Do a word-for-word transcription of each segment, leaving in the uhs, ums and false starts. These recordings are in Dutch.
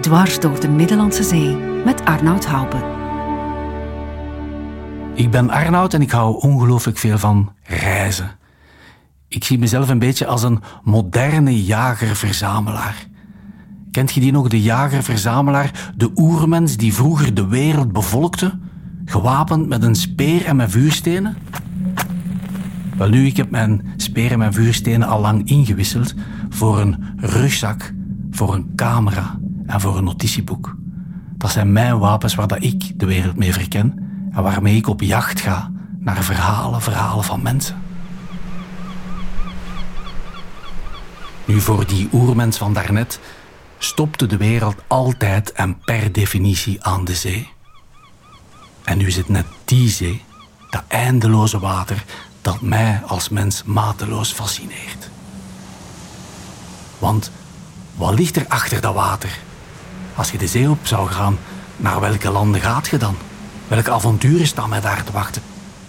Dwars door de Middellandse Zee met Arnoud Haupe. Ik ben Arnoud en ik hou ongelooflijk veel van reizen. Ik zie mezelf een beetje als een moderne jager-verzamelaar. Kent je die nog, de jager-verzamelaar? De oermens die vroeger de wereld bevolkte, gewapend met een speer en met vuurstenen? Wel nu, ik heb mijn speer en mijn vuurstenen al lang ingewisseld voor een rugzak, voor een camera en voor een notitieboek. Dat zijn mijn wapens waar dat ik de wereld mee verken en waarmee ik op jacht ga naar verhalen, verhalen van mensen. Nu, voor die oermens van daarnet stopte de wereld altijd en per definitie aan de zee. En nu is het net die zee, dat eindeloze water, dat mij als mens mateloos fascineert. Want wat ligt er achter dat water? Als je de zee op zou gaan, naar welke landen gaat je dan? Welke avonturen staan mij daar te wachten?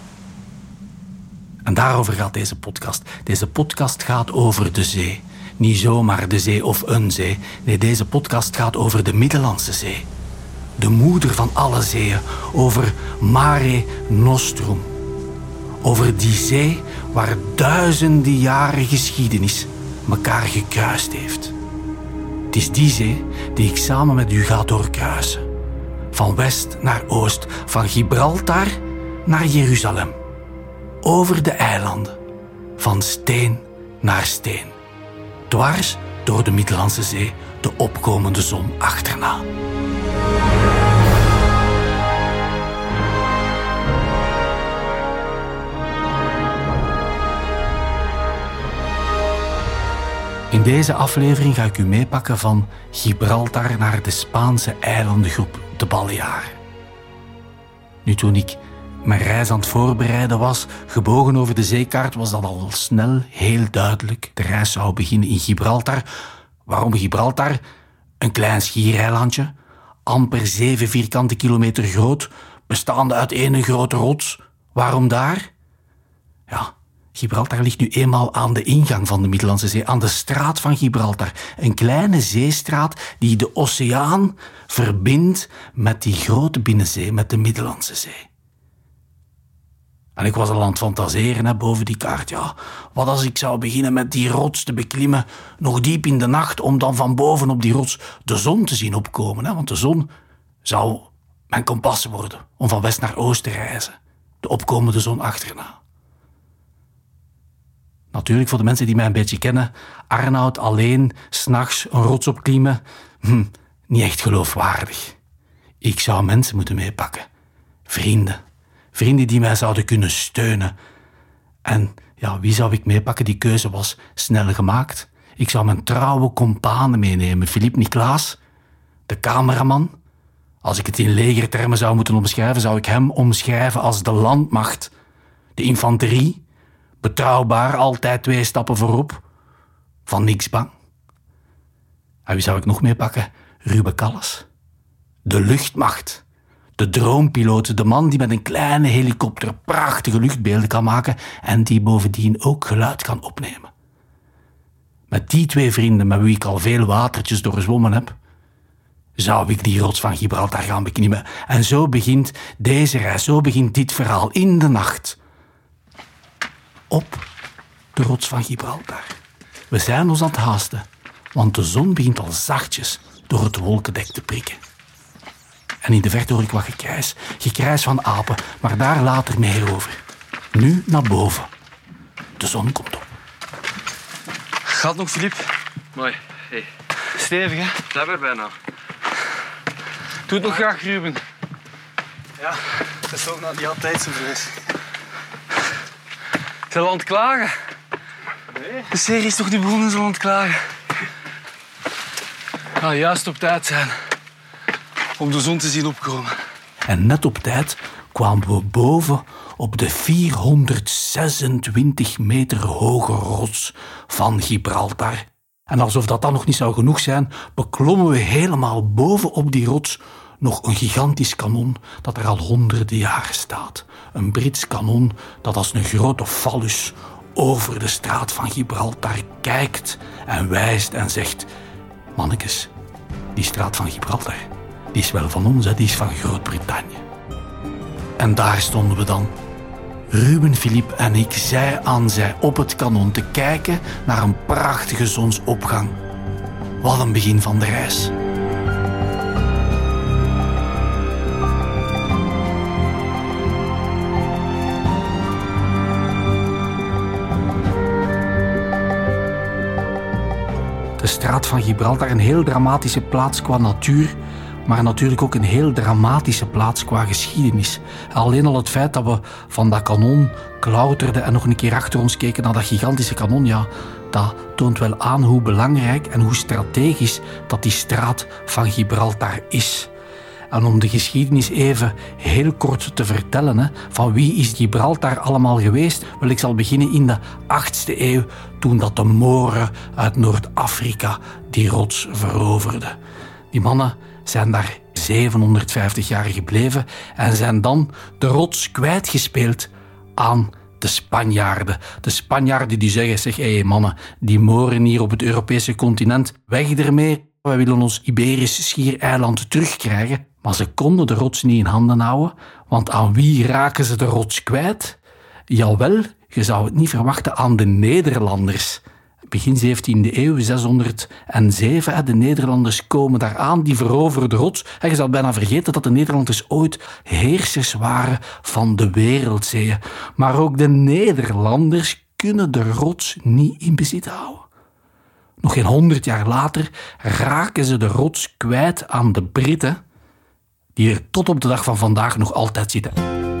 En daarover gaat deze podcast. Deze podcast gaat over de zee. Niet zomaar de zee of een zee. Nee, deze podcast gaat over de Middellandse Zee. De moeder van alle zeeën. Over Mare Nostrum. Over die zee waar duizenden jaren geschiedenis elkaar gekruist heeft. Het is die zee die ik samen met u ga doorkruisen. Van west naar oost, van Gibraltar naar Jeruzalem. Over de eilanden, van steen naar steen. Dwars door de Middellandse Zee, de opkomende zon achterna. In deze aflevering ga ik u meepakken van Gibraltar naar de Spaanse eilandengroep de Balearen. Nu, toen ik mijn reis aan het voorbereiden was, gebogen over de zeekaart, was dat al snel heel duidelijk. De reis zou beginnen in Gibraltar. Waarom Gibraltar? Een klein schiereilandje, amper zeven vierkante kilometer groot, bestaande uit één grote rots. Waarom daar? Ja, Gibraltar ligt nu eenmaal aan de ingang van de Middellandse Zee, aan de straat van Gibraltar. Een kleine zeestraat die de oceaan verbindt met die grote binnenzee, met de Middellandse Zee. En ik was al aan het fantaseren hè, boven die kaart. Ja, wat als ik zou beginnen met die rots te beklimmen, nog diep in de nacht, om dan van boven op die rots de zon te zien opkomen. Hè? Want de zon zou mijn kompas worden, om van west naar oost te reizen. De opkomende zon achterna. Natuurlijk, voor de mensen die mij een beetje kennen, Arnoud alleen, 's nachts een rots opklimmen, hm, niet echt geloofwaardig. Ik zou mensen moeten meepakken. Vrienden. Vrienden die mij zouden kunnen steunen. En ja, wie zou ik meepakken? Die keuze was snel gemaakt. Ik zou mijn trouwe companen meenemen. Philippe Niklaas, de cameraman. Als ik het in legertermen zou moeten omschrijven, zou ik hem omschrijven als de landmacht. De infanterie, betrouwbaar, altijd twee stappen voorop. Van niks bang. En wie zou ik nog meepakken? Ruben Kalles. De luchtmacht. De droompiloot, de man die met een kleine helikopter prachtige luchtbeelden kan maken en die bovendien ook geluid kan opnemen. Met die twee vrienden, met wie ik al veel watertjes doorzwommen heb, zou ik die rots van Gibraltar gaan beklimmen. En zo begint deze reis, zo begint dit verhaal in de nacht. Op de rots van Gibraltar. We zijn ons aan het haasten, want de zon begint al zachtjes door het wolkendek te prikken. En in de verte hoor ik wat gekrijs. Gekrijs van apen, maar daar later meer over. Nu naar boven. De zon komt op. Gaat nog, Philippe? Mooi. Hey. Stevig, hè? Zijn we er bijna. Doe het nog graag, Ruben. Ja, het is ook nog niet altijd zo fris. Zijn we aan het klagen? Nee. De serie is toch niet begonnen, zo aan het klagen? Nou, juist op tijd zijn. Om de zon te zien opkomen. En net op tijd kwamen we boven op de vierhonderdzesentwintig meter hoge rots van Gibraltar. En alsof dat dan nog niet zou genoeg zijn, beklommen we helemaal boven op die rots nog een gigantisch kanon dat er al honderden jaren staat. Een Brits kanon dat als een grote fallus over de straat van Gibraltar kijkt en wijst en zegt: mannekes, die straat van Gibraltar, die is wel van ons, hè? Die is van Groot-Brittannië. En daar stonden we dan, Ruben, Philippe en ik, zij aan zij op het kanon te kijken naar een prachtige zonsopgang. Wat een begin van de reis. De straat van Gibraltar, een heel dramatische plaats qua natuur, maar natuurlijk ook een heel dramatische plaats qua geschiedenis. Alleen al het feit dat we van dat kanon klauterden en nog een keer achter ons keken naar dat gigantische kanon, ja, dat toont wel aan hoe belangrijk en hoe strategisch dat die straat van Gibraltar is. En om de geschiedenis even heel kort te vertellen, hè, van wie is Gibraltar allemaal geweest? Wel, ik zal beginnen in de achtste eeuw, toen dat de Moren uit Noord-Afrika die rots veroverden. Die mannen zijn daar zevenhonderdvijftig jaar gebleven en zijn dan de rots kwijtgespeeld aan de Spanjaarden. De Spanjaarden die zeggen, zeg, hé hey mannen, die Moren hier op het Europese continent, weg ermee. Wij willen ons Iberisch schiereiland terugkrijgen. Maar ze konden de rots niet in handen houden, want aan wie raken ze de rots kwijt? Jawel, je zou het niet verwachten, aan de Nederlanders. Begin zeventiende eeuw, zeshonderdzeven, de Nederlanders komen daar aan, die veroveren de rots. En je zou bijna vergeten dat de Nederlanders ooit heersers waren van de wereldzeeën. Maar ook de Nederlanders kunnen de rots niet in bezit houden. Nog geen honderd jaar later raken ze de rots kwijt aan de Britten, die er tot op de dag van vandaag nog altijd zitten.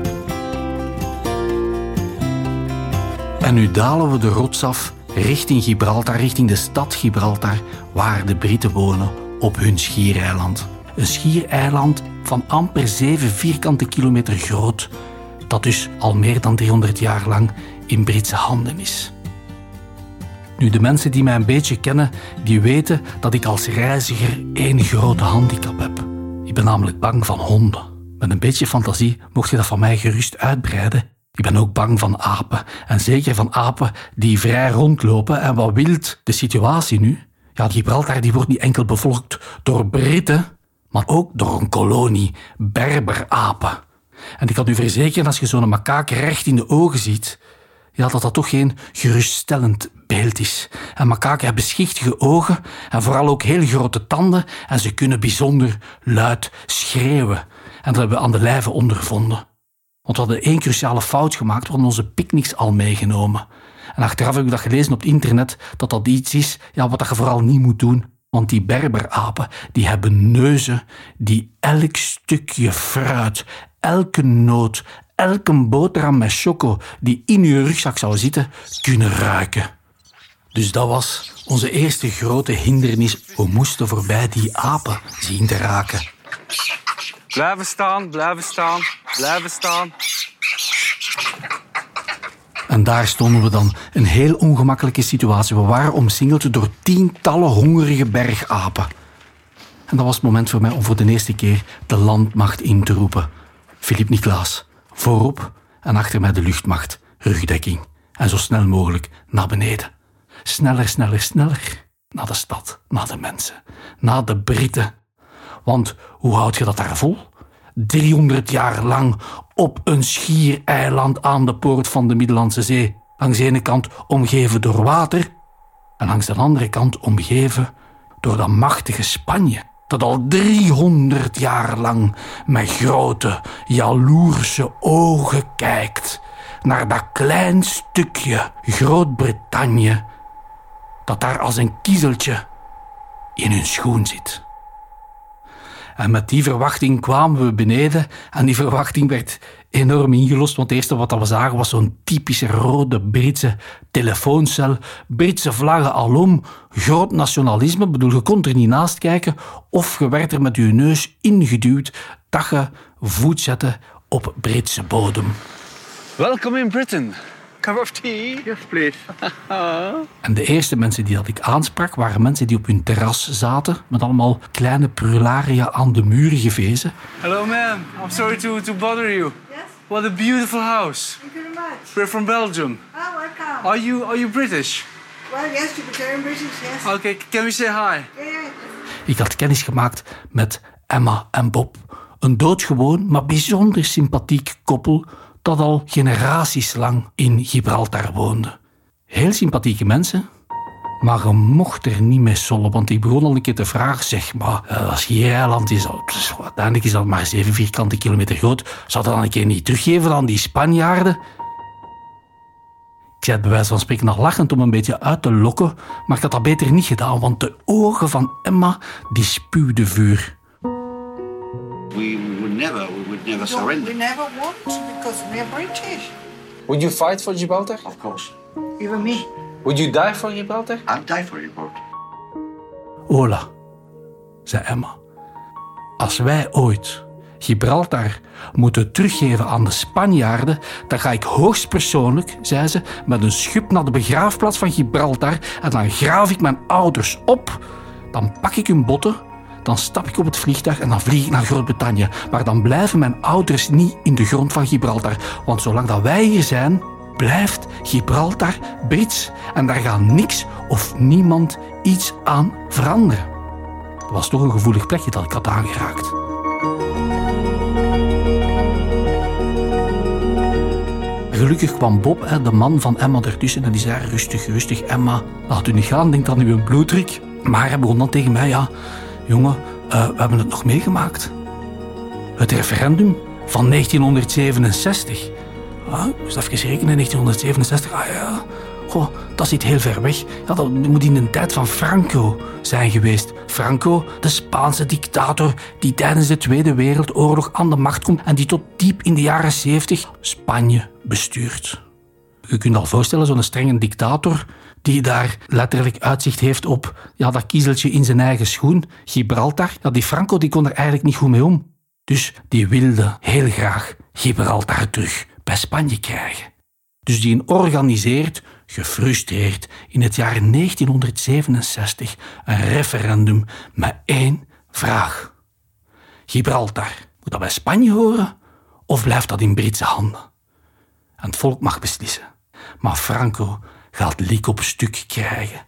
En nu dalen we de rots af richting Gibraltar, richting de stad Gibraltar, waar de Britten wonen op hun schiereiland. Een schiereiland van amper zeven vierkante kilometer groot, dat dus al meer dan driehonderd jaar lang in Britse handen is. Nu, de mensen die mij een beetje kennen, die weten dat ik als reiziger één grote handicap heb. Ik ben namelijk bang van honden. Met een beetje fantasie mocht je dat van mij gerust uitbreiden. Ik ben ook bang van apen. En zeker van apen die vrij rondlopen. En wat wild de situatie nu? Ja, Gibraltar die wordt niet enkel bevolkt door Britten, maar ook door een kolonie Berberapen. En ik kan u verzekeren, als je zo'n makaak recht in de ogen ziet, ja, dat dat toch geen geruststellend beeld is. En makaken hebben schichtige ogen en vooral ook heel grote tanden en ze kunnen bijzonder luid schreeuwen. En dat hebben we aan de lijve ondervonden. Want we hadden één cruciale fout gemaakt, we hadden onze picknicks al meegenomen. En achteraf heb ik dat gelezen op het internet, dat dat iets is ja, wat je vooral niet moet doen. Want die Berberapen, die hebben neuzen die elk stukje fruit, elke noot, elke boterham met choco die in uw rugzak zou zitten, kunnen ruiken. Dus dat was onze eerste grote hindernis. We moesten voorbij die apen zien te raken. Blijven staan, blijven staan, blijven staan. En daar stonden we dan. Een heel ongemakkelijke situatie. We waren omsingeld door tientallen hongerige bergapen. En dat was het moment voor mij om voor de eerste keer de landmacht in te roepen. Philippe Niklaas, voorop en achter mij de luchtmacht, rugdekking. En zo snel mogelijk naar beneden. Sneller, sneller, sneller. Naar de stad, naar de mensen, naar de Britten. Want hoe houd je dat daar vol? driehonderd jaar lang op een schiereiland aan de poort van de Middellandse Zee. Langs de ene kant omgeven door water en langs de andere kant omgeven door dat machtige Spanje, dat al driehonderd jaar lang met grote, jaloerse ogen kijkt naar dat klein stukje Groot-Brittannië dat daar als een kiezeltje in hun schoen zit. En met die verwachting kwamen we beneden en die verwachting werd enorm ingelost, want het eerste wat we zagen was zo'n typische rode Britse telefooncel, Britse vlaggen alom, groot nationalisme. Ik bedoel, je kon er niet naast kijken of je werd er met je neus ingeduwd dat je voet zette op Britse bodem. Welcome in Britain. Cup of tea? Yes, please. En de eerste mensen die dat ik aansprak waren mensen die op hun terras zaten met allemaal kleine prularia aan de muren gevezen. Hello, ma'am. I'm sorry to, to bother you. Yes, What a beautiful house. thank you very much. We're from Belgium. Oh, welcome. Are you are you British? Well, yes, you can turn British, yes. Okay, can we say hi? Yeah, yeah. Ik had kennis gemaakt met Emma en Bob. Een doodgewoon, maar bijzonder sympathiek koppel dat al generaties lang in Gibraltar woonde. Heel sympathieke mensen, maar je mocht er niet mee sollen, want ik begon al een keer te vragen, zeg maar, als Schiereiland is, uiteindelijk is dat maar zeven vierkante kilometer groot, zou dat dan een keer niet teruggeven aan die Spanjaarden? Ik zei het bij wijze van spreken nog lachend om een beetje uit te lokken, maar ik had dat beter niet gedaan, want de ogen van Emma, die spuwden vuur. We would never, we would never surrender. We never won't because we are British. Would you fight for Gibraltar? Of course. Even me. Would you die for Gibraltar? I'll die for Gibraltar. Ola, zei Emma, als wij ooit Gibraltar moeten teruggeven aan de Spanjaarden, dan ga ik hoogstpersoonlijk, zei ze, met een schub naar de begraafplaats van Gibraltar en dan graaf ik mijn ouders op, dan pak ik hun botten, dan stap ik op het vliegtuig en dan vlieg ik naar Groot-Brittannië. Maar dan blijven mijn ouders niet in de grond van Gibraltar, want zolang dat wij hier zijn, blijft Gibraltar Brits en daar gaat niks of niemand iets aan veranderen. Dat was toch een gevoelig plekje dat ik had aangeraakt. Gelukkig kwam Bob, de man van Emma, ertussen en die zei rustig, rustig, Emma, laat u niet gaan, denk aan uw bloeddruk. Maar hij begon dan tegen mij, ja, jongen, uh, we hebben het nog meegemaakt. Het referendum van negentienhonderdzevenenzestig. Ah, ik moest even rekenen, negentienhonderdzevenenzestig, ah ja, goh, dat zit heel ver weg. Ja, dat moet in de tijd van Franco zijn geweest. Franco, de Spaanse dictator die tijdens de Tweede Wereldoorlog aan de macht komt en die tot diep in de jaren zeventig Spanje bestuurt. Je kunt je al voorstellen, zo'n strenge dictator die daar letterlijk uitzicht heeft op ja, dat kiezeltje in zijn eigen schoen, Gibraltar. Ja, die Franco die kon er eigenlijk niet goed mee om. Dus die wilde heel graag Gibraltar terug bij Spanje krijgen. Dus die organiseert, gefrustreerd, in het jaar negentienhonderdzevenenzestig een referendum met één vraag. Gibraltar, moet dat bij Spanje horen of blijft dat in Britse handen? En het volk mag beslissen. Maar Franco gaat lik op stuk krijgen.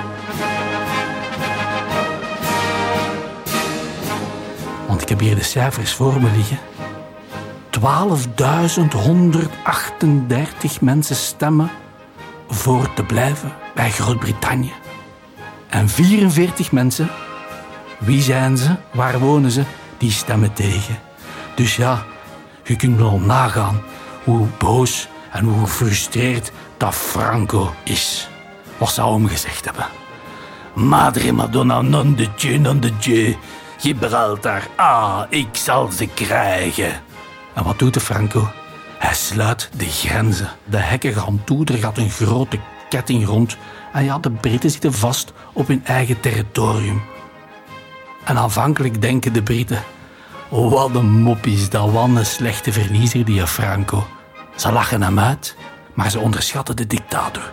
Want ik heb hier de cijfers voor me liggen. twaalfduizend honderdachtendertig mensen stemmen voor te blijven bij Groot-Brittannië. En vierenveertig mensen, wie zijn ze, waar wonen ze, die stemmen tegen. Dus ja, je kunt wel nagaan hoe boos en hoe gefrustreerd dat Franco is. Wat zou hem gezegd hebben? Madre Madonna, non de Dieu, non de Dieu. Gibraltar, ah, ik zal ze krijgen. En wat doet de Franco? Hij sluit de grenzen. De hekken gaan toe, er gaat een grote ketting rond. En ja, de Britten zitten vast op hun eigen territorium. En aanvankelijk denken de Britten, wat een mop is dat, wat een slechte verliezer die Franco. Ze lachen hem uit, maar ze onderschatten de dictator.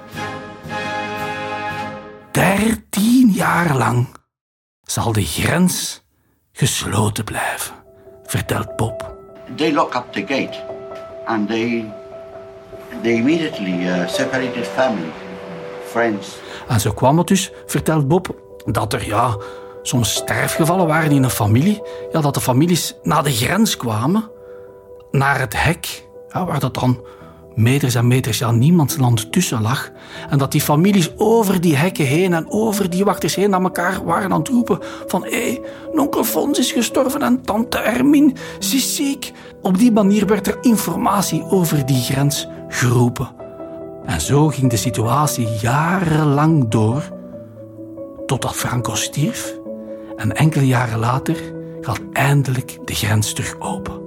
Dertien jaar lang zal de grens gesloten blijven, vertelt Bob. They lock up the gate and they, they immediately uh, separated family, friends. En zo kwam het dus, vertelt Bob, dat er ja, soms sterfgevallen waren in een familie. Ja, dat de families naar de grens kwamen, naar het hek, ja, waar dat dan meters en meters ja, niemands land tussen lag. En dat die families over die hekken heen en over die wachters heen naar elkaar waren aan het roepen van hé, hey, onkel Fons is gestorven en tante Hermine is ziek. Op die manier werd er informatie over die grens geroepen. En zo ging de situatie jarenlang door, totdat Franco stierf. En enkele jaren later gaat eindelijk de grens terug open.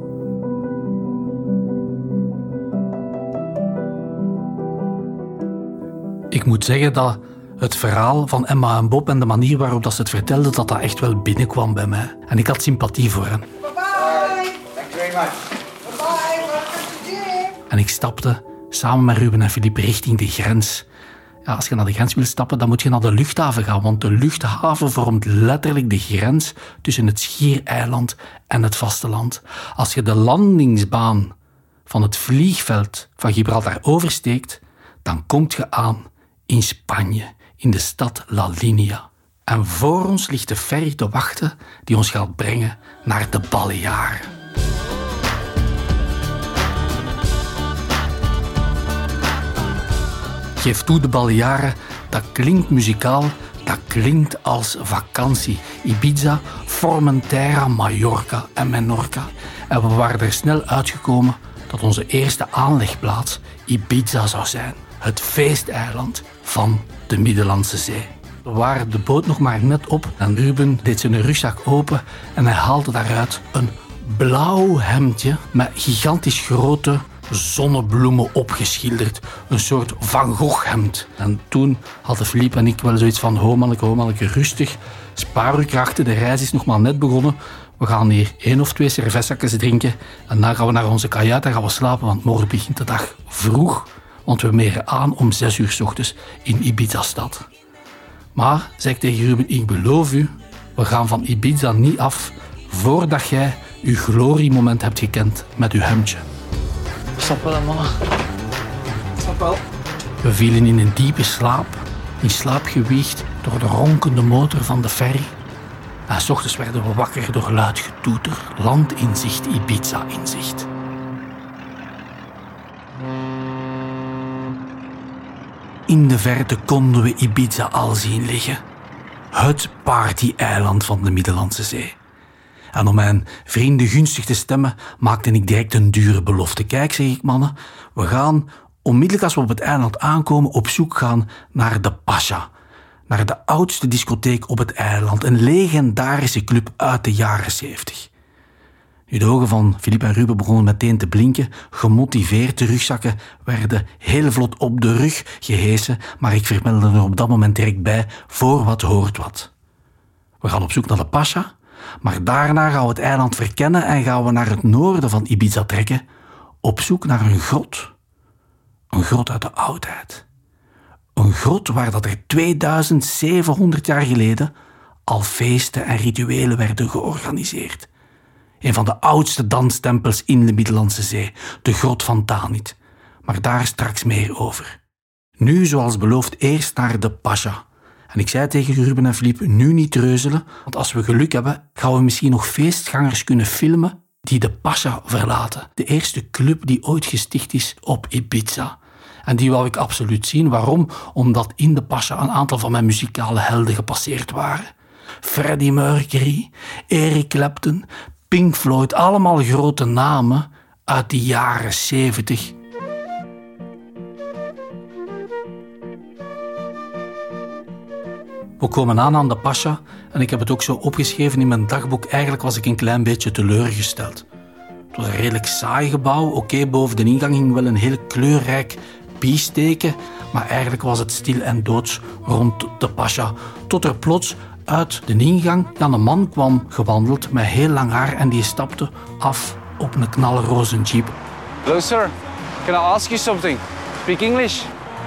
Ik moet zeggen dat het verhaal van Emma en Bob en de manier waarop dat ze het vertelden, dat dat echt wel binnenkwam bij mij. En ik had sympathie voor hen. Bye bye. Thank you very much. Bye bye. Welcome to Jim. En ik stapte samen met Ruben en Philippe richting de grens. Ja, als je naar de grens wil stappen, dan moet je naar de luchthaven gaan, want de luchthaven vormt letterlijk de grens tussen het Schiereiland en het vasteland. Als je de landingsbaan van het vliegveld van Gibraltar oversteekt, dan kom je aan in Spanje, in de stad La Linea. En voor ons ligt de ferry te wachten die ons gaat brengen naar de Balearen. Geef toe, de Balearen, dat klinkt muzikaal, dat klinkt als vakantie. Ibiza, Formentera, Mallorca en Menorca. En we waren er snel uitgekomen dat onze eerste aanlegplaats Ibiza zou zijn. Het feesteiland van de Middellandse Zee. We waren de boot nog maar net op en Ruben deed zijn rugzak open en hij haalde daaruit een blauw hemdje met gigantisch grote zonnebloemen opgeschilderd. Een soort Van Gogh hemd. En toen hadden Philippe en ik wel zoiets van: ho manneke, ho manneke, rustig. Spaar uw krachten, de reis is nog maar net begonnen. We gaan hier één of twee servetsakjes drinken en dan gaan we naar onze kajuit en gaan we slapen, want morgen begint de dag vroeg. Want we meren aan om zes uur 's ochtends in Ibiza-stad. Maar, zei ik tegen Ruben, ik beloof u, we gaan van Ibiza niet af voordat jij uw gloriemoment hebt gekend met uw hemdje. Snap wel, mannen. Snap wel. We vielen in een diepe slaap, in slaap gewiegd door de ronkende motor van de ferry. En 's ochtends werden we wakker door luid getoeter, land in zicht, Ibiza in zicht. In de verte konden we Ibiza al zien liggen. Het party-eiland van de Middellandse Zee. En om mijn vrienden gunstig te stemmen, maakte ik direct een dure belofte. Kijk, zeg ik, mannen, we gaan onmiddellijk als we op het eiland aankomen op zoek gaan naar de Pasha. Naar de oudste discotheek op het eiland. Een legendarische club uit de jaren zeventig. Nu, de ogen van Philippe en Ruben begonnen meteen te blinken. Gemotiveerd, de rugzakken werden heel vlot op de rug gehesen, maar ik vermeldde er op dat moment direct bij: voor wat hoort wat. We gaan op zoek naar de Pasha, maar daarna gaan we het eiland verkennen en gaan we naar het noorden van Ibiza trekken, op zoek naar een grot. Een grot uit de oudheid. Een grot waar dat er tweeduizend zevenhonderd jaar geleden al feesten en rituelen werden georganiseerd. Een van de oudste danstempels in de Middellandse Zee, de grot van Tanit. Maar daar straks meer over. Nu, zoals beloofd, eerst naar de Pasha. En ik zei tegen Ruben en Philippe, nu niet treuzelen, want als we geluk hebben, gaan we misschien nog feestgangers kunnen filmen die de Pasha verlaten. De eerste club die ooit gesticht is op Ibiza. En die wou ik absoluut zien. Waarom? Omdat in de Pasha een aantal van mijn muzikale helden gepasseerd waren. Freddie Mercury, Eric Clapton, Pink Floyd, allemaal grote namen uit de jaren zeventig. We komen aan aan de Pasha en ik heb het ook zo opgeschreven in mijn dagboek. Eigenlijk was ik een klein beetje teleurgesteld. Het was een redelijk saai gebouw. Oké, okay, boven de ingang hing wel een heel kleurrijk biesteken, maar eigenlijk was het stil en doods rond de Pasha. Tot er plots uit de ingang dan een man kwam gewandeld met heel lang haar en die stapte af op een knalroze jeep. Hello sir, can I ask you something? Speak English?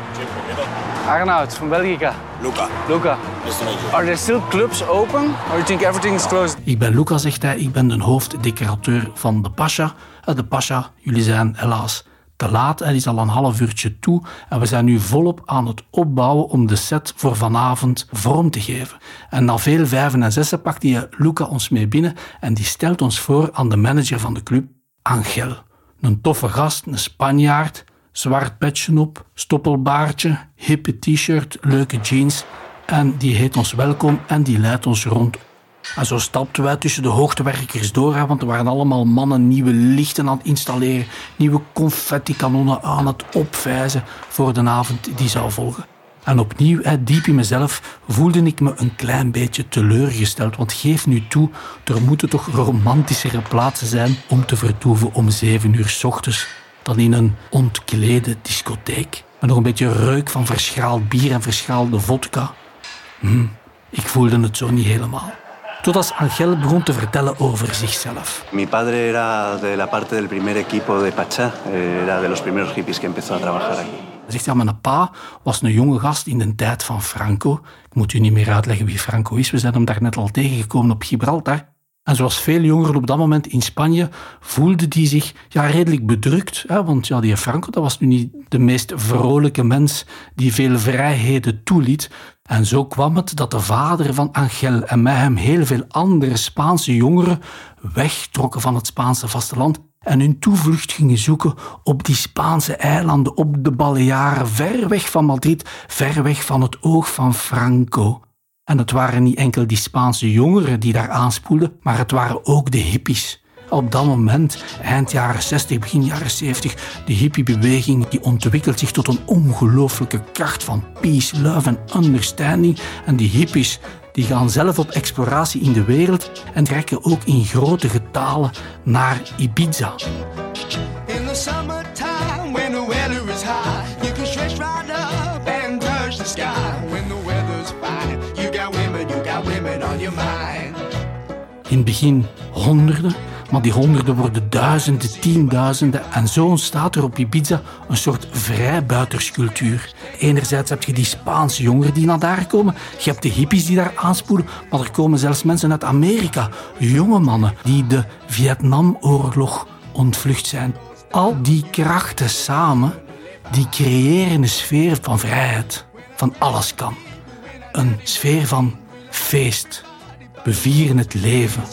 Arnoud from Belgica. Luca. Luca. Are there still clubs open or you think everything is closed? Ik ben Luca, zegt hij. Ik ben de hoofddecorateur van de Pasha. De Pasha, jullie zijn helaas te laat. Het is al een half uurtje toe en we zijn nu volop aan het opbouwen om de set voor vanavond vorm te geven. En na veel vijven en zessen pakt die Luca ons mee binnen en die stelt ons voor aan de manager van de club, Angel. Een toffe gast, een Spanjaard, zwart petje op, stoppelbaardje, hippe t-shirt, leuke jeans. En die heet ons welkom en die leidt ons rond. En zo stapten wij tussen de hoogtewerkers door, want er waren allemaal mannen nieuwe lichten aan het installeren, nieuwe confetti-kanonnen aan het opvijzen voor de avond die zou volgen. En opnieuw, diep in mezelf, voelde ik me een klein beetje teleurgesteld, want geef nu toe, er moeten toch romantischere plaatsen zijn om te vertoeven om zeven uur 's ochtends dan in een ontklede discotheek. Met nog een beetje reuk van verschaald bier en verschaalde vodka. Hm, ik voelde het zo niet helemaal. Totdat Angel begon te vertellen over zichzelf. Mi padre era de la parte del primer equipo de Pacha. Era de los primeros hippies que empezó a trabajar aquí. Hij zegt, ja, mijn pa was een jonge gast in de tijd van Franco. Ik moet u niet meer uitleggen wie Franco is. We zijn hem daar net al tegengekomen op Gibraltar. En zoals veel jongeren op dat moment in Spanje voelde die zich ja, redelijk bedrukt. Hè? Want ja, die Franco dat was nu niet de meest vrolijke mens die veel vrijheden toeliet. En zo kwam het dat de vader van Angel en met hem heel veel andere Spaanse jongeren wegtrokken van het Spaanse vasteland en hun toevlucht gingen zoeken op die Spaanse eilanden, op de Balearen, ver weg van Madrid, ver weg van het oog van Franco. En het waren niet enkel die Spaanse jongeren die daar aanspoelden, maar het waren ook de hippies. Op dat moment, eind jaren zestig, begin jaren zeventig, de hippiebeweging die ontwikkelt zich tot een ongelooflijke kracht van peace, love en understanding. En die hippies die gaan zelf op exploratie in de wereld en trekken ook in grote getalen naar Ibiza. In the summertime when the weather is high, you can stretch right up and touch the sky. When the weather's fine, you got women, you got women on your mind. In het begin honderden, maar die honderden worden duizenden, tienduizenden. En zo ontstaat er op Ibiza een soort vrijbuiterscultuur. Enerzijds heb je die Spaanse jongeren die naar daar komen. Je hebt de hippies die daar aanspoelen. Maar er komen zelfs mensen uit Amerika. Jonge mannen die de Vietnamoorlog ontvlucht zijn. Al die krachten samen, die creëren een sfeer van vrijheid. Van alles kan. Een sfeer van feest. We vieren het leven.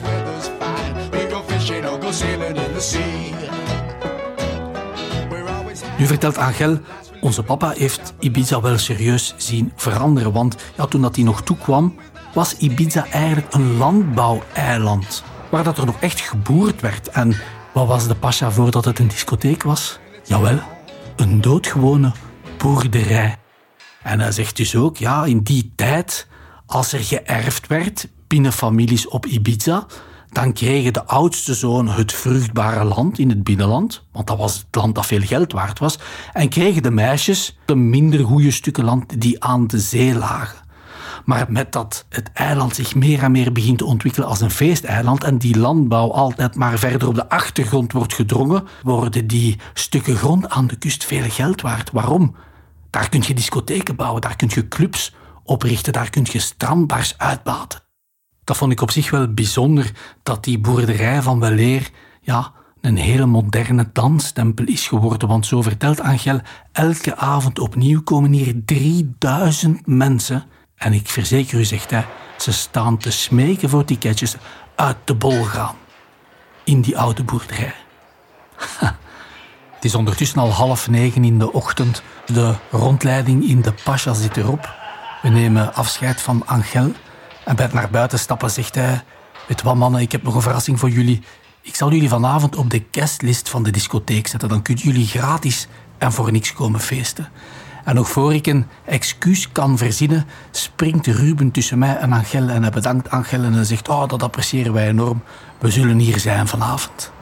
Nu vertelt Angel, onze papa heeft Ibiza wel serieus zien veranderen. Want ja, toen dat hij nog toekwam, was Ibiza eigenlijk een landbouweiland. Waar dat er nog echt geboerd werd. En wat was de pascha voordat het een discotheek was? Jawel, een doodgewone boerderij. En hij zegt dus ook, ja, in die tijd, als er geërfd werd binnen families op Ibiza, dan kregen de oudste zoon het vruchtbare land in het binnenland, want dat was het land dat veel geld waard was, en kregen de meisjes de minder goede stukken land die aan de zee lagen. Maar met dat het eiland zich meer en meer begint te ontwikkelen als een feesteiland en die landbouw altijd maar verder op de achtergrond wordt gedrongen, worden die stukken grond aan de kust veel geld waard. Waarom? Daar kun je discotheken bouwen, daar kun je clubs oprichten, daar kun je strandbars uitbaten. Dat vond ik op zich wel bijzonder, dat die boerderij van weleer ja, een hele moderne danstempel is geworden. Want zo vertelt Angel, elke avond opnieuw komen hier drieduizend mensen. En ik verzeker u, zegt hij, ze staan te smeken voor ticketjes uit de bol gaan. In die oude boerderij. Het is ondertussen al half negen in de ochtend. De rondleiding in de Pascha zit erop. We nemen afscheid van Angel. En bij het naar buiten stappen zegt hij, weet wat mannen, ik heb nog een verrassing voor jullie. Ik zal jullie vanavond op de guestlist van de discotheek zetten. Dan kunnen jullie gratis en voor niks komen feesten. En nog voor ik een excuus kan verzinnen, springt Ruben tussen mij en Angel. En hij bedankt Angel en hij zegt, oh, dat appreciëren wij enorm. We zullen hier zijn vanavond.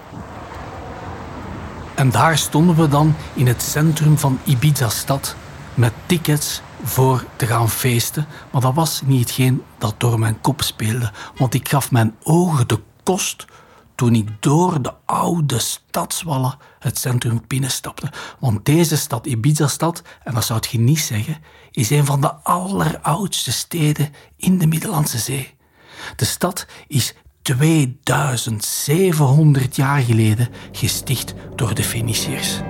En daar stonden we dan in het centrum van Ibiza-stad met tickets voor te gaan feesten. Maar dat was niet hetgeen dat door mijn kop speelde. Want ik gaf mijn ogen de kost toen ik door de oude stadswallen het centrum binnenstapte. Want deze stad, Ibiza-stad, en dat zou je niet zeggen, is een van de alleroudste steden in de Middellandse Zee. De stad is tweeduizend zevenhonderd jaar geleden gesticht door de Feniciërs.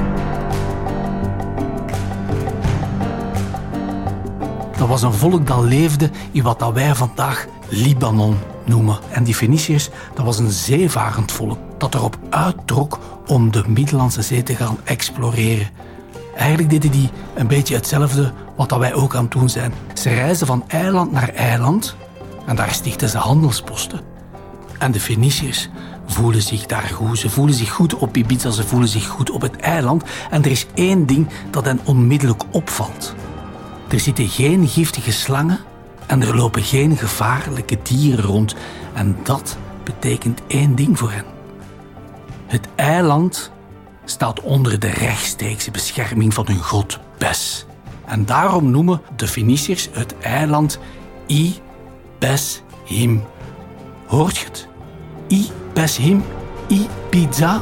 Dat was een volk dat leefde in wat dat wij vandaag Libanon noemen. En die Feniciërs, dat was een zeevarend volk dat erop uittrok om de Middellandse Zee te gaan exploreren. Eigenlijk deden die een beetje hetzelfde wat dat wij ook aan het doen zijn. Ze reisden van eiland naar eiland en daar stichten ze handelsposten. En de Feniciërs voelen zich daar goed. Ze voelen zich goed op Ibiza, ze voelen zich goed op het eiland. En er is één ding dat hen onmiddellijk opvalt. Er zitten geen giftige slangen en er lopen geen gevaarlijke dieren rond. En dat betekent één ding voor hen. Het eiland staat onder de rechtstreekse bescherming van hun god Bes. En daarom noemen de Feniciërs het eiland I-Bes-Him. Hoort je het? I-Bes-Him, Ibiza.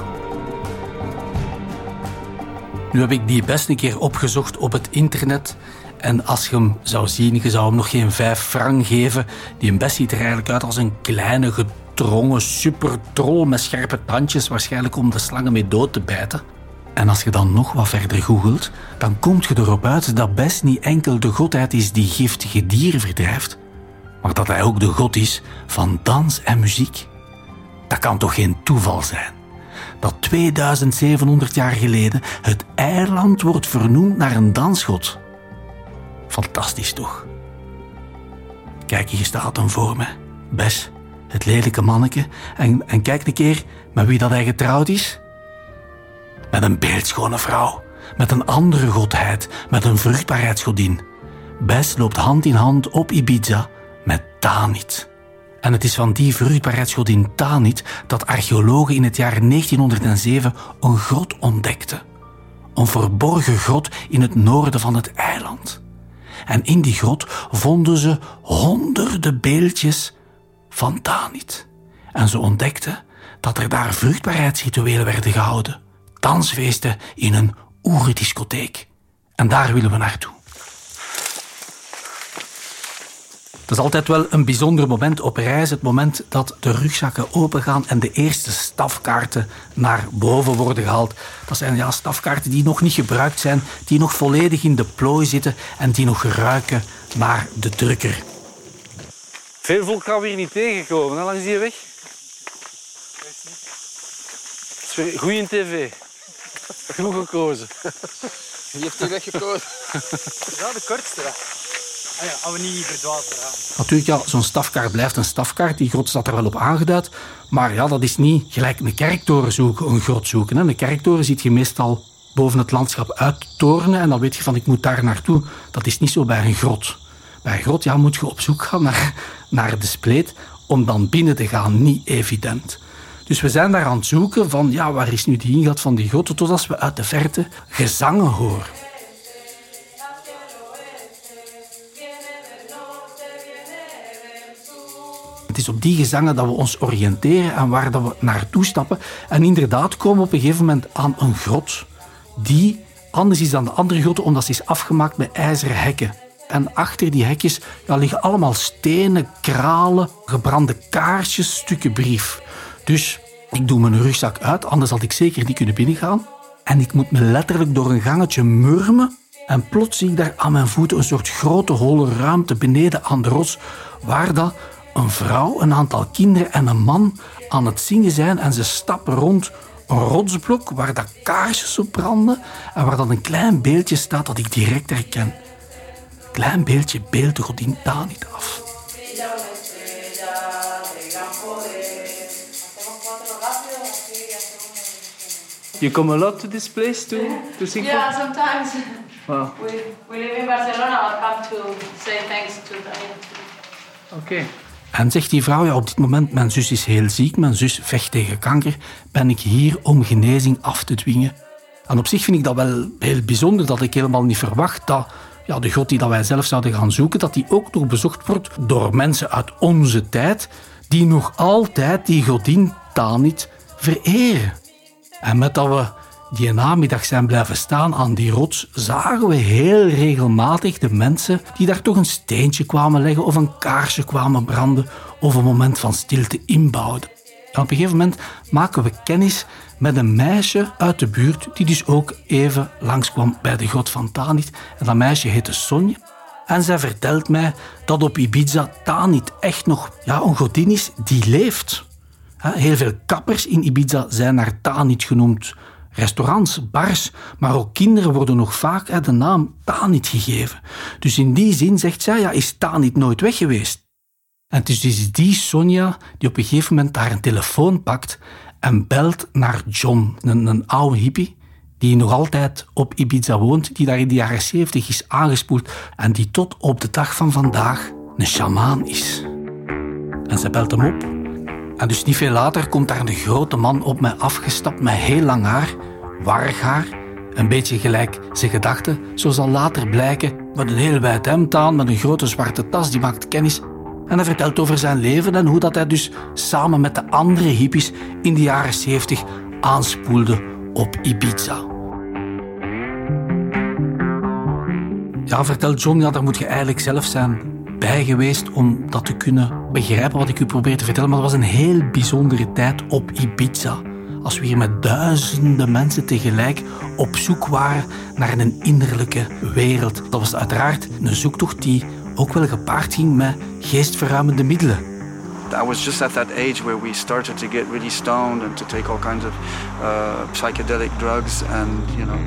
Nu heb ik die best een keer opgezocht op het internet. En als je hem zou zien, je zou hem nog geen vijf frank geven. Die best ziet er eigenlijk uit als een kleine, gedrongen supertrol met scherpe tandjes, waarschijnlijk om de slangen mee dood te bijten. En als je dan nog wat verder googelt, dan kom je erop uit dat Bes niet enkel de godheid is die giftige dieren verdrijft, maar dat hij ook de god is van dans en muziek. Dat kan toch geen toeval zijn? Dat tweeduizend zevenhonderd jaar geleden het eiland wordt vernoemd naar een dansgod. Fantastisch toch? Kijk, hier staat hem voor me. Bes, het lelijke manneke. En, en kijk een keer met wie dat hij getrouwd is. Met een beeldschone vrouw. Met een andere godheid. Met een vruchtbaarheidsgodin. Bes loopt hand in hand op Ibiza met Tanit. En het is van die vruchtbaarheidsgodin Tanit dat archeologen in het jaar negentienhonderdzeven een grot ontdekten. Een verborgen grot in het noorden van het eiland. En in die grot vonden ze honderden beeldjes van Tanit. En ze ontdekten dat er daar vruchtbaarheidsrituelen werden gehouden. Dansfeesten in een oerdiscotheek. En daar willen we naartoe. Dat is altijd wel een bijzonder moment op reis. Het moment dat de rugzakken opengaan en de eerste stafkaarten naar boven worden gehaald. Dat zijn ja, stafkaarten die nog niet gebruikt zijn, die nog volledig in de plooi zitten en die nog ruiken naar de drukker. Veel volk gaan we hier niet tegenkomen, hè, langs die weg. Dat is goeie tv. Genoeg gekozen. Wie heeft die weg gekozen? Ja, de kortste weg. Ah ja, als we niet verdwaald raken. Natuurlijk, ja, zo'n stafkaart blijft een stafkaart. Die grot staat er wel op aangeduid. Maar ja, dat is niet gelijk een kerktoren zoeken, een grot zoeken. Hè. Een kerktoren ziet je meestal boven het landschap uittorenen. En dan weet je van, ik moet daar naartoe. Dat is niet zo bij een grot. Bij een grot ja, moet je op zoek gaan naar, naar de spleet. Om dan binnen te gaan, niet evident. Dus we zijn daar aan het zoeken van, ja, waar is nu die ingang van die grot? Tot als we uit de verte gezangen horen. Het is op die gezangen dat we ons oriënteren en waar dat we naartoe stappen. En inderdaad komen we op een gegeven moment aan een grot die anders is dan de andere grotten, omdat ze is afgemaakt met ijzeren hekken. En achter die hekjes ja, liggen allemaal stenen, kralen, gebrande kaarsjes, stukken brief. Dus ik doe mijn rugzak uit, anders had ik zeker niet kunnen binnengaan. En ik moet me letterlijk door een gangetje murmen. En plots zie ik daar aan mijn voeten een soort grote holle ruimte beneden aan de rots, waar dat een vrouw, een aantal kinderen en een man aan het zingen zijn. En ze stappen rond een rotsblok waar dat kaarsjes op branden en waar dan een klein beeldje staat dat ik direct herken. Klein beeldje beeldt de godin Tanit af. You come a lot to this place to, to sing? Yeah, sometimes. Wow. We, we live in Barcelona, but come to say thanks to Tanit. Oké. Okay. En zegt die vrouw, ja, op dit moment, mijn zus is heel ziek, mijn zus vecht tegen kanker, ben ik hier om genezing af te dwingen. En op zich vind ik dat wel heel bijzonder, dat ik helemaal niet verwacht dat ja, de god die dat wij zelf zouden gaan zoeken, dat die ook nog bezocht wordt door mensen uit onze tijd, die nog altijd die godin Tanit vereren. En met dat we die namiddag zijn blijven staan aan die rots, zagen we heel regelmatig de mensen die daar toch een steentje kwamen leggen of een kaarsje kwamen branden of een moment van stilte inbouwden. En op een gegeven moment maken we kennis met een meisje uit de buurt die dus ook even langskwam bij de grot van Tanit. En dat meisje heette Sonja. En zij vertelt mij dat op Ibiza Tanit echt nog ja, een godin is die leeft. Heel veel kappers in Ibiza zijn naar Tanit genoemd. Restaurants, bars, maar ook kinderen worden nog vaak de naam Tanit gegeven. Dus in die zin zegt zij, ja, is Tanit nooit weg geweest. En het is dus die Sonja die op een gegeven moment haar een telefoon pakt en belt naar John, een, een oude hippie, die nog altijd op Ibiza woont, die daar in de jaren zeventig is aangespoeld en die tot op de dag van vandaag een sjamaan is. En zij belt hem op. En dus niet veel later komt daar een grote man op mij afgestapt met heel lang haar, warrig haar, een beetje gelijk zijn gedachten, zo zal later blijken, met een heel wijd hemd aan, met een grote zwarte tas, die maakt kennis. En hij vertelt over zijn leven en hoe dat hij dus samen met de andere hippies in de jaren zeventig aanspoelde op Ibiza. Ja, vertelt John, ja, daar moet je eigenlijk zelf zijn bij geweest om dat te kunnen begrijpen wat ik u probeer te vertellen. Maar het was een heel bijzondere tijd op Ibiza. als we hier met duizenden mensen tegelijk op zoek waren naar een innerlijke wereld. Dat was uiteraard een zoektocht die ook wel gepaard ging met geestverruimende middelen. I was just at that age where we started to get really stoned and to take all kinds of uh, psychedelic drugs and, you know.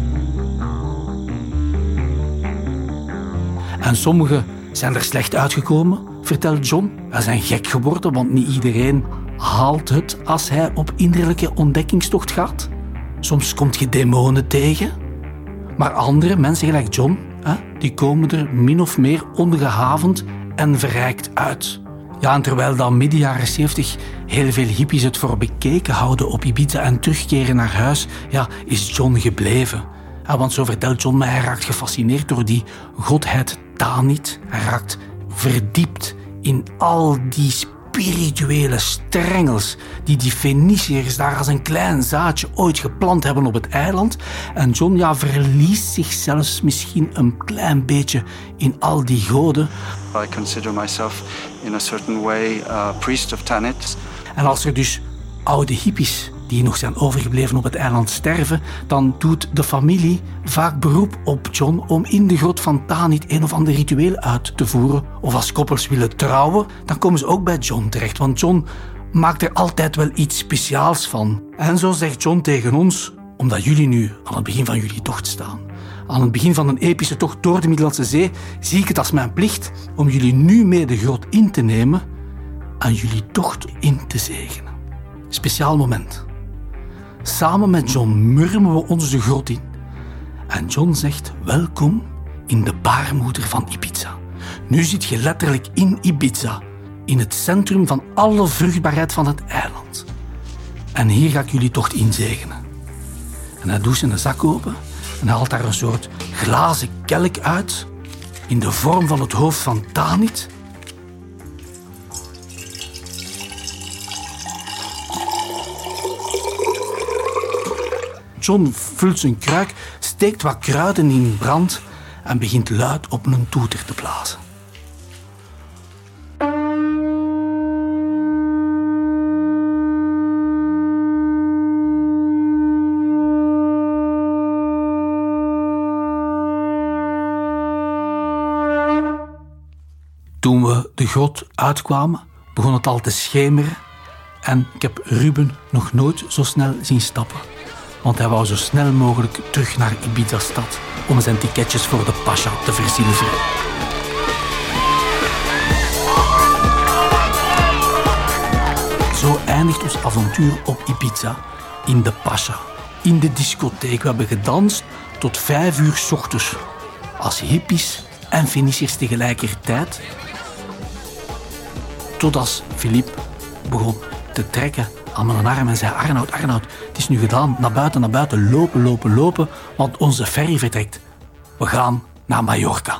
En sommigen zijn er slecht uitgekomen, vertelt John. Ze zijn gek geworden, want niet iedereen haalt het als hij op innerlijke ontdekkingstocht gaat. Soms komt je demonen tegen. Maar andere mensen, gelijk John, hè, die komen er min of meer ongehavend en verrijkt uit. Ja, en terwijl dan midden jaren zeventig heel veel hippies het voor bekeken houden op Ibiza en terugkeren naar huis, ja, is John gebleven. Ja, want zo vertelt John mij, hij raakt gefascineerd door die godheid Tanit. Hij raakt verdiept in al die spirituele strengels die die Feniciërs daar als een klein zaadje ooit geplant hebben op het eiland. En John ja, verliest zich zelfs misschien een klein beetje in al die goden. I consider myself in a certain way a priest of Tanit. En als er dus oude hippies die nog zijn overgebleven op het eiland sterven, dan doet de familie vaak beroep op John om in de grot van Tanit een of ander ritueel uit te voeren. Of als koppels willen trouwen, dan komen ze ook bij John terecht. Want John maakt er altijd wel iets speciaals van. En zo zegt John tegen ons, omdat jullie nu aan het begin van jullie tocht staan, aan het begin van een epische tocht door de Middellandse Zee, zie ik het als mijn plicht om jullie nu mee de grot in te nemen en jullie tocht in te zegenen. Speciaal moment. Samen met John murmen we ons de grot in. En John zegt, welkom in de baarmoeder van Ibiza. Nu zit je letterlijk in Ibiza, in het centrum van alle vruchtbaarheid van het eiland. En hier ga ik jullie tocht inzegenen. En hij doet zijn zak open en haalt daar een soort glazen kelk uit, in de vorm van het hoofd van Tanit. John vult zijn kruik, steekt wat kruiden in brand en begint luid op een toeter te blazen. Toen we de grot uitkwamen, begon het al te schemeren en ik heb Ruben nog nooit zo snel zien stappen. Want hij wou zo snel mogelijk terug naar Ibiza-stad om zijn ticketjes voor de Pasha te verzilveren. Zo eindigt ons avontuur op Ibiza, in de Pasha, in de discotheek. We hebben gedanst tot vijf uur 's ochtends, als hippies en Feniciërs tegelijkertijd. Tot als Philippe begon te trekken aan mijn arm en zei, Arnoud, Arnoud, het is nu gedaan, naar buiten, naar buiten, lopen, lopen, lopen, want onze ferry vertrekt. We gaan naar Mallorca.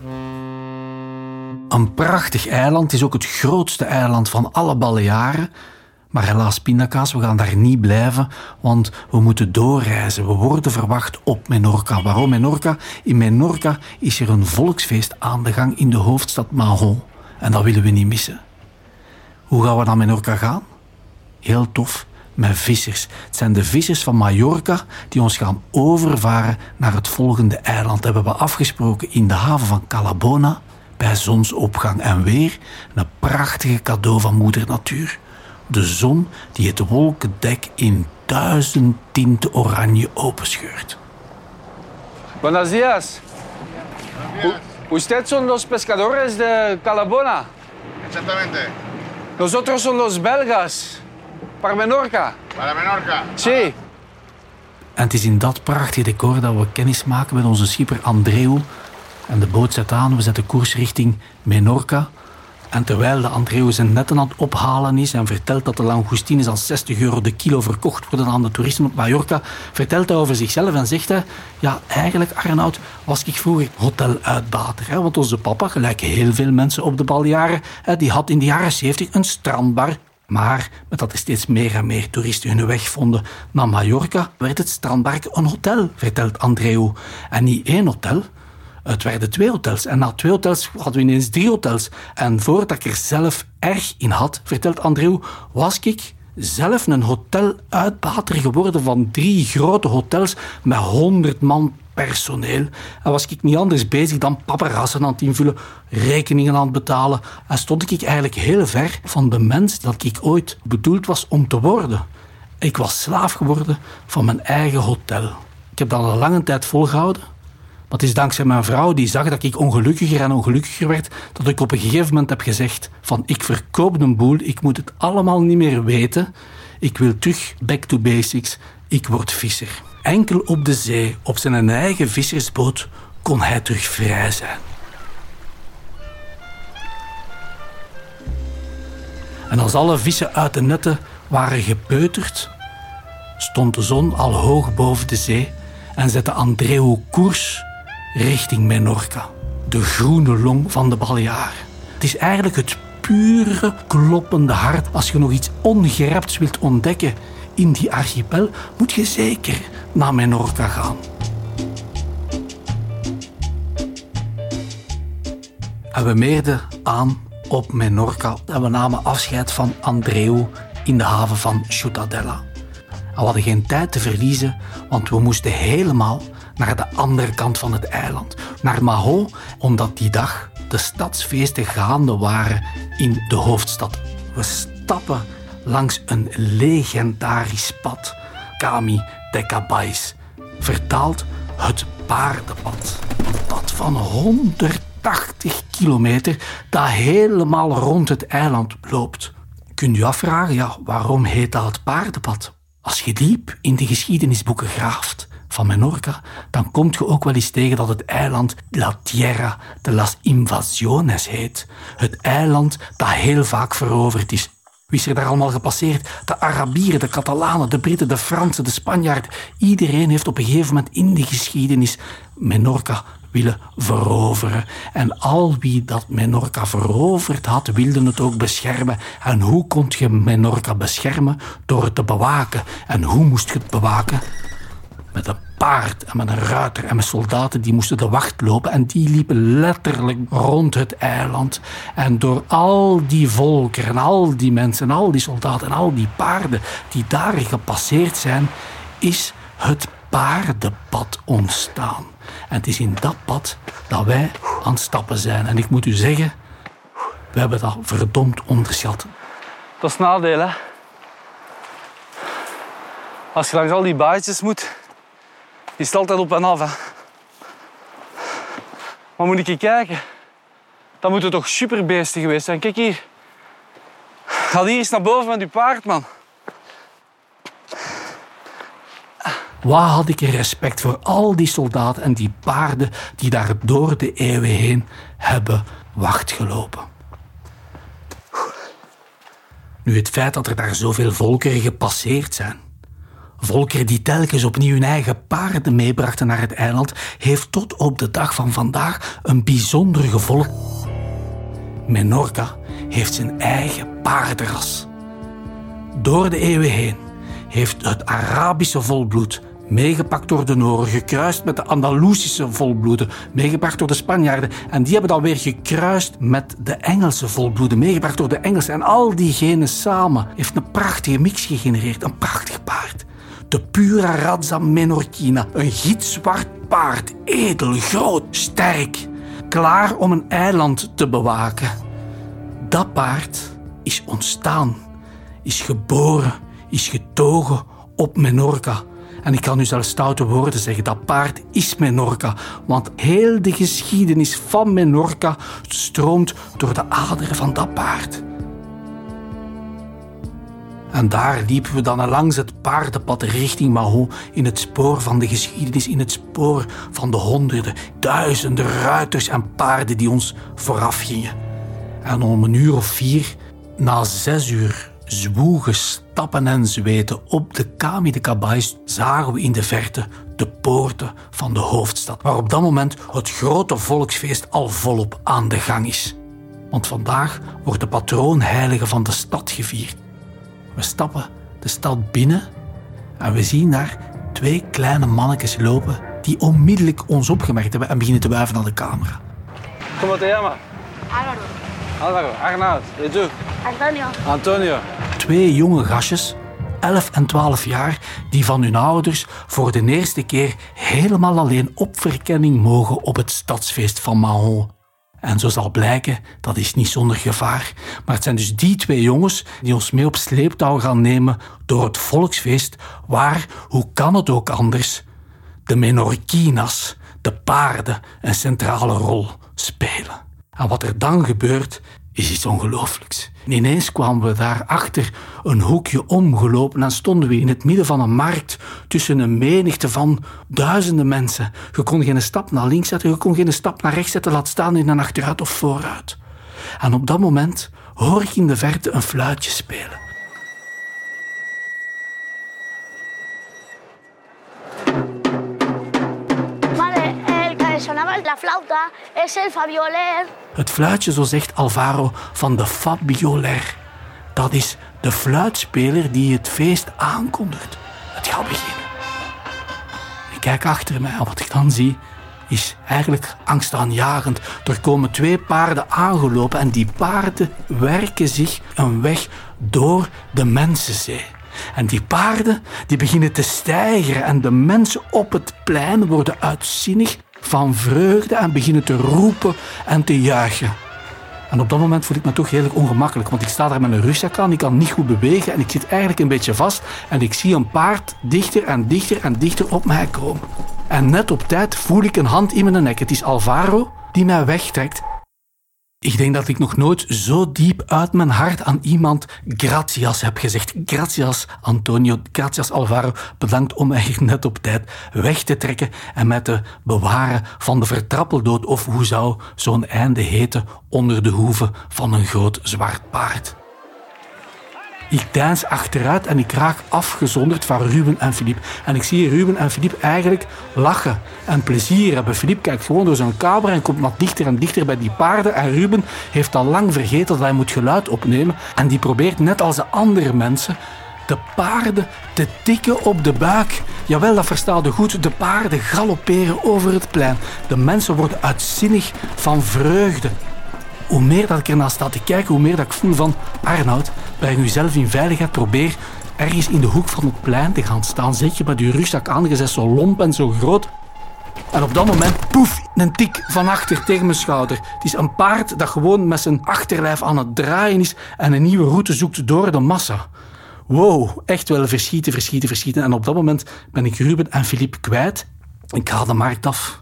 Een prachtig eiland, het is ook het grootste eiland van alle Balearen. Maar helaas, pindakaas, we gaan daar niet blijven, want we moeten doorreizen. We worden verwacht op Menorca. Waarom Menorca? In Menorca is er een volksfeest aan de gang in de hoofdstad Mahon. En dat willen we niet missen. Hoe gaan we naar Menorca gaan? Heel tof, met vissers. Het zijn de vissers van Mallorca die ons gaan overvaren naar het volgende eiland. Dat hebben we afgesproken in de haven van Calabona, bij zonsopgang. En weer een prachtige cadeau van moeder natuur. De zon die het wolkendek in duizend tinten oranje openscheurt. Buenos días. Usted son los pescadores de Calabona. Exactamente. Nosotros son los belgas. Para Menorca. Para Menorca. Sí. En het is in dat prachtige decor dat we kennis maken met onze schipper Andreu. En de boot zet aan, we zetten koers richting Menorca. En terwijl de Andreu zijn netten aan het ophalen is en vertelt dat de langoustines al zestig euro de kilo verkocht worden aan de toeristen op Mallorca, vertelt hij over zichzelf en zegt hij, ja, eigenlijk, Arnoud, was ik vroeger hoteluitbater. Hè? Want onze papa, gelijk heel veel mensen op de Balearen, hè, die had in de jaren zeventig een strandbar. Maar met dat er steeds meer en meer toeristen hun weg vonden naar Mallorca, werd het strandbar een hotel, vertelt Andreu. En niet één hotel. Het werden twee hotels. En na twee hotels hadden we ineens drie hotels. En voordat ik er zelf erg in had, vertelt Andreu, was ik zelf een hoteluitbater geworden van drie grote hotels met honderd man personeel. En was ik niet anders bezig dan paparazzen aan het invullen, rekeningen aan het betalen. En stond ik eigenlijk heel ver van de mens dat ik ooit bedoeld was om te worden. Ik was slaaf geworden van mijn eigen hotel. Ik heb dat al een lange tijd volgehouden. Maar het is dankzij mijn vrouw die zag dat ik ongelukkiger en ongelukkiger werd, dat ik op een gegeven moment heb gezegd van ik verkoop een boel, ik moet het allemaal niet meer weten. Ik wil terug back to basics. Ik word visser. Enkel op de zee, op zijn eigen vissersboot, kon hij terug vrij zijn. En als alle vissen uit de netten waren gepeuterd, stond de zon al hoog boven de zee en zette Andreu koers richting Menorca, de groene long van de Balearen. Het is eigenlijk het pure, kloppende hart. Als je nog iets ongerepts wilt ontdekken in die archipel, moet je zeker naar Menorca gaan. En we meerden aan op Menorca en we namen afscheid van Andreu in de haven van Ciutadella. En we hadden geen tijd te verliezen, want we moesten helemaal naar de andere kant van het eiland, naar Mahon, omdat die dag de stadsfeesten gaande waren in de hoofdstad. We stappen langs een legendarisch pad, Cami de Cabais, vertaald het paardenpad. Een pad van honderdtachtig kilometer dat helemaal rond het eiland loopt. Kunt u afvragen, ja, waarom heet dat het paardenpad? Als je diep in de geschiedenisboeken graaft van Menorca, dan kom je ook wel eens tegen dat het eiland La Tierra de las Invasiones heet. Het eiland dat heel vaak veroverd is. Wie is er daar allemaal gepasseerd? De Arabieren, de Catalanen, de Britten, de Fransen, de Spanjaarden. Iedereen heeft op een gegeven moment in de geschiedenis Menorca willen veroveren. En al wie dat Menorca veroverd had, wilde het ook beschermen. En hoe kon je Menorca beschermen? Door het te bewaken. En hoe moest je het bewaken? Met een paard en met een ruiter en met soldaten die moesten de wacht lopen. En die liepen letterlijk rond het eiland. En door al die volken en al die mensen, al die soldaten en al die paarden die daar gepasseerd zijn, is het paardenpad ontstaan. En het is in dat pad dat wij aan het stappen zijn. En ik moet u zeggen, we hebben dat verdomd onderschat. Dat is het nadeel, hè. Als je langs al die baaitjes moet, is het altijd op en af, hè. Maar moet ik hier kijken? Dan moet het toch superbeesten geweest zijn. Kijk hier. Ga hier eens naar boven met je paard, man. Wat had ik respect voor al die soldaten en die paarden die daar door de eeuwen heen hebben wachtgelopen. Nu, het feit dat er daar zoveel volkeren gepasseerd zijn, volkeren die telkens opnieuw hun eigen paarden meebrachten naar het eiland, heeft tot op de dag van vandaag een bijzonder gevolg. Menorca heeft zijn eigen paardenras. Door de eeuwen heen heeft het Arabische volbloed, meegepakt door de Noren, gekruist met de Andalusische volbloeden, meegebracht door de Spanjaarden. En die hebben dan weer gekruist met de Engelse volbloeden, meegebracht door de Engelsen. En al diegenen samen heeft een prachtige mix gegenereerd, een prachtig paard. De Pura Razza Menorquina, een gitzwart paard, edel, groot, sterk, klaar om een eiland te bewaken. Dat paard is ontstaan, is geboren, is getogen op Menorca. En ik kan nu zelfs stoute woorden zeggen, dat paard is Menorca. Want heel de geschiedenis van Menorca stroomt door de aderen van dat paard. En daar liepen we dan langs het paardenpad richting Mahon, in het spoor van de geschiedenis, in het spoor van de honderden, duizenden ruiters en paarden die ons vooraf gingen. En om een uur of vier, na zes uur zwoegen stappen en zweten op de Cami de Cabais, zagen we in de verte de poorten van de hoofdstad, waar op dat moment het grote volksfeest al volop aan de gang is. Want vandaag wordt de patroonheilige van de stad gevierd. We stappen de stad binnen en we zien daar twee kleine mannetjes lopen die onmiddellijk ons opgemerkt hebben en beginnen te wuiven naar de camera. ¿Cómo te llamas? Álvaro. Álvaro, Arnaud, ¿y tú? Antonio. Antonio. twee jonge gastjes, elf en twaalf jaar, die van hun ouders voor de eerste keer helemaal alleen op verkenning mogen op het stadsfeest van Mahon. En zo zal blijken, dat is niet zonder gevaar. Maar het zijn dus die twee jongens die ons mee op sleeptouw gaan nemen door het volksfeest waar, hoe kan het ook anders, de Menorquinas, de paarden, een centrale rol spelen. En wat er dan gebeurt, is iets ongelooflijks. Ineens kwamen we daar achter een hoekje omgelopen en stonden we in het midden van een markt tussen een menigte van duizenden mensen. Je kon geen stap naar links zetten, je kon geen stap naar rechts zetten, laat staan in een achteruit of vooruit. En op dat moment hoor ik in de verte een fluitje spelen. La flauta es el Fabioler. Het fluitje, zo zegt Alvaro, van de Fabioler. Dat is de fluitspeler die het feest aankondigt. Het gaat beginnen. Ik kijk achter mij en wat ik dan zie is eigenlijk angstaanjagend. Er komen twee paarden aangelopen en die paarden werken zich een weg door de mensenzee. En die paarden die beginnen te steigeren en de mensen op het plein worden uitzinnig van vreugde en beginnen te roepen en te juichen. En op dat moment voel ik me toch heel ongemakkelijk, want ik sta daar met een rugzak aan, ik kan niet goed bewegen en ik zit eigenlijk een beetje vast en ik zie een paard dichter en dichter en dichter op mij komen. En net op tijd voel ik een hand in mijn nek. Het is Alvaro die mij wegtrekt. Ik denk dat ik nog nooit zo diep uit mijn hart aan iemand gracias heb gezegd. Gracias Antonio, gracias Alvaro, bedankt om mij hier net op tijd weg te trekken en mij te bewaren van de vertrappeldood, of hoe zou zo'n einde heten onder de hoeven van een groot zwart paard. Ik deins achteruit en ik raak afgezonderd van Ruben en Philippe. En ik zie Ruben en Philippe eigenlijk lachen en plezier hebben. Philippe kijkt gewoon door zijn camera en komt wat dichter en dichter bij die paarden. En Ruben heeft al lang vergeten dat hij moet geluid opnemen. En die probeert, net als de andere mensen, de paarden te tikken op de buik. Jawel, dat verstaat u goed. De paarden galopperen over het plein. De mensen worden uitzinnig van vreugde. Hoe meer dat ik ernaar sta te kijken, hoe meer dat ik voel van Arnoud, breng jezelf in veiligheid, probeer ergens in de hoek van het plein te gaan staan. Zet je met je rugzak aan, je bent zo lomp en zo groot. En op dat moment, poef, een tik van achter tegen mijn schouder. Het is een paard dat gewoon met zijn achterlijf aan het draaien is en een nieuwe route zoekt door de massa. Wow, echt wel verschieten, verschieten, verschieten. En op dat moment ben ik Ruben en Philippe kwijt. Ik ga de markt af.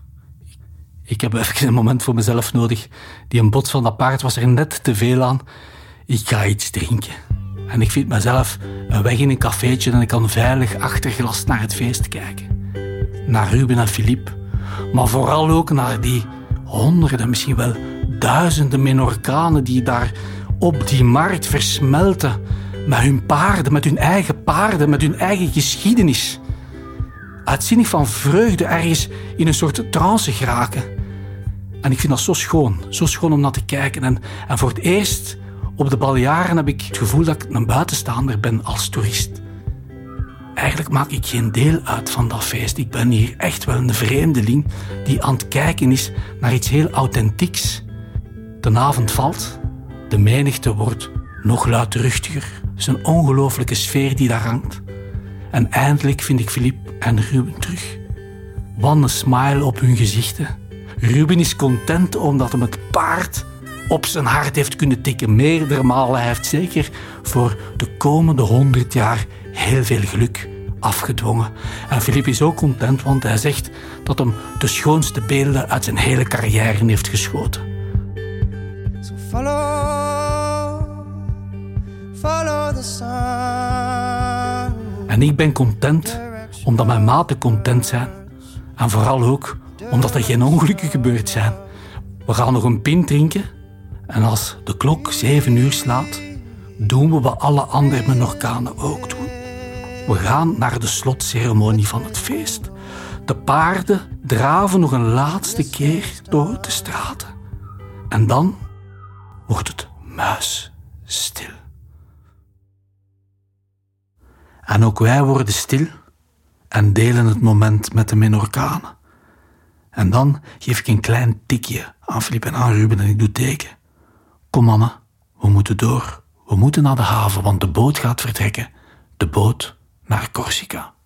Ik heb even een moment voor mezelf nodig. Die een bots van dat paard was er net te veel aan. Ik ga iets drinken. En ik vind mezelf een weg in een cafeetje en ik kan veilig achter glas naar het feest kijken. Naar Ruben en Philippe. Maar vooral ook naar die honderden, misschien wel duizenden Menorcanen die daar op die markt versmelten. Met hun paarden, met hun eigen paarden, met hun eigen geschiedenis. Uitzinnig van vreugde ergens in een soort trance geraken. En ik vind dat zo schoon. Zo schoon om naar te kijken. En, en voor het eerst op de Balearen heb ik het gevoel dat ik een buitenstaander ben als toerist. Eigenlijk maak ik geen deel uit van dat feest. Ik ben hier echt wel een vreemdeling die aan het kijken is naar iets heel authentieks. De avond valt. De menigte wordt nog luidruchtiger. Het is een ongelooflijke sfeer die daar hangt. En eindelijk vind ik Philippe en Ruben terug. Wat een smile op hun gezichten. Ruben is content omdat hem het paard op zijn hart heeft kunnen tikken. Meerdere malen. Hij heeft zeker voor de komende honderd jaar heel veel geluk afgedwongen. En Philippe is ook content, want hij zegt dat hem de schoonste beelden uit zijn hele carrière heeft geschoten. So follow, follow the sun. En ik ben content omdat mijn maten content zijn. En vooral ook omdat er geen ongelukken gebeurd zijn. We gaan nog een pint drinken. En als de klok zeven uur slaat, doen we wat alle andere Menorcanen ook doen. We gaan naar de slotceremonie van het feest. De paarden draven nog een laatste keer door de straten. En dan wordt het muisstil. En ook wij worden stil en delen het moment met de Menorcanen. En dan geef ik een klein tikje aan Philippe en aan Ruben en ik doe teken. Kom mannen, we moeten door, We moeten naar de haven, want de boot gaat vertrekken. De boot naar Corsica.